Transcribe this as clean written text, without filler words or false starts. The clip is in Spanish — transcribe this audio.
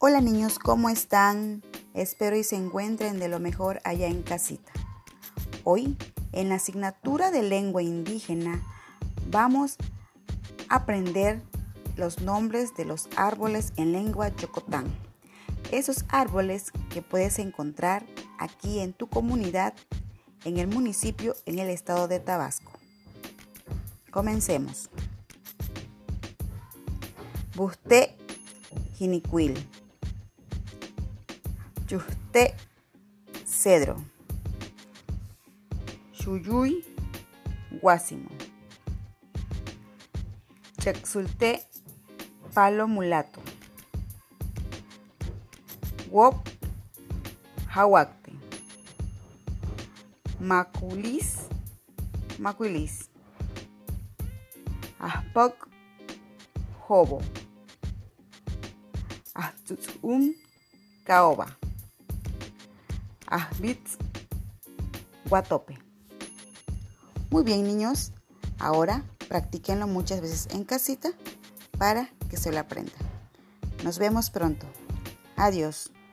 Hola niños, ¿cómo están? Espero y se encuentren de lo mejor allá en casita. Hoy, en la asignatura de lengua indígena, vamos a aprender los nombres de los árboles en lengua chocotán. Esos árboles que puedes encontrar aquí en tu comunidad, en el municipio, en el estado de Tabasco. Comencemos. Busté jinicuil. Yuste cedro. Xuyuy guásimo. Chexulte palo mulato. Wop jahuacte. Maculis macuilis. Ahpoc jobo. Ahtutzum caoba. Ahbitz guatope. Muy bien, niños, ahora practíquenlo muchas veces en casita para que se lo aprendan. Nos vemos pronto. Adiós.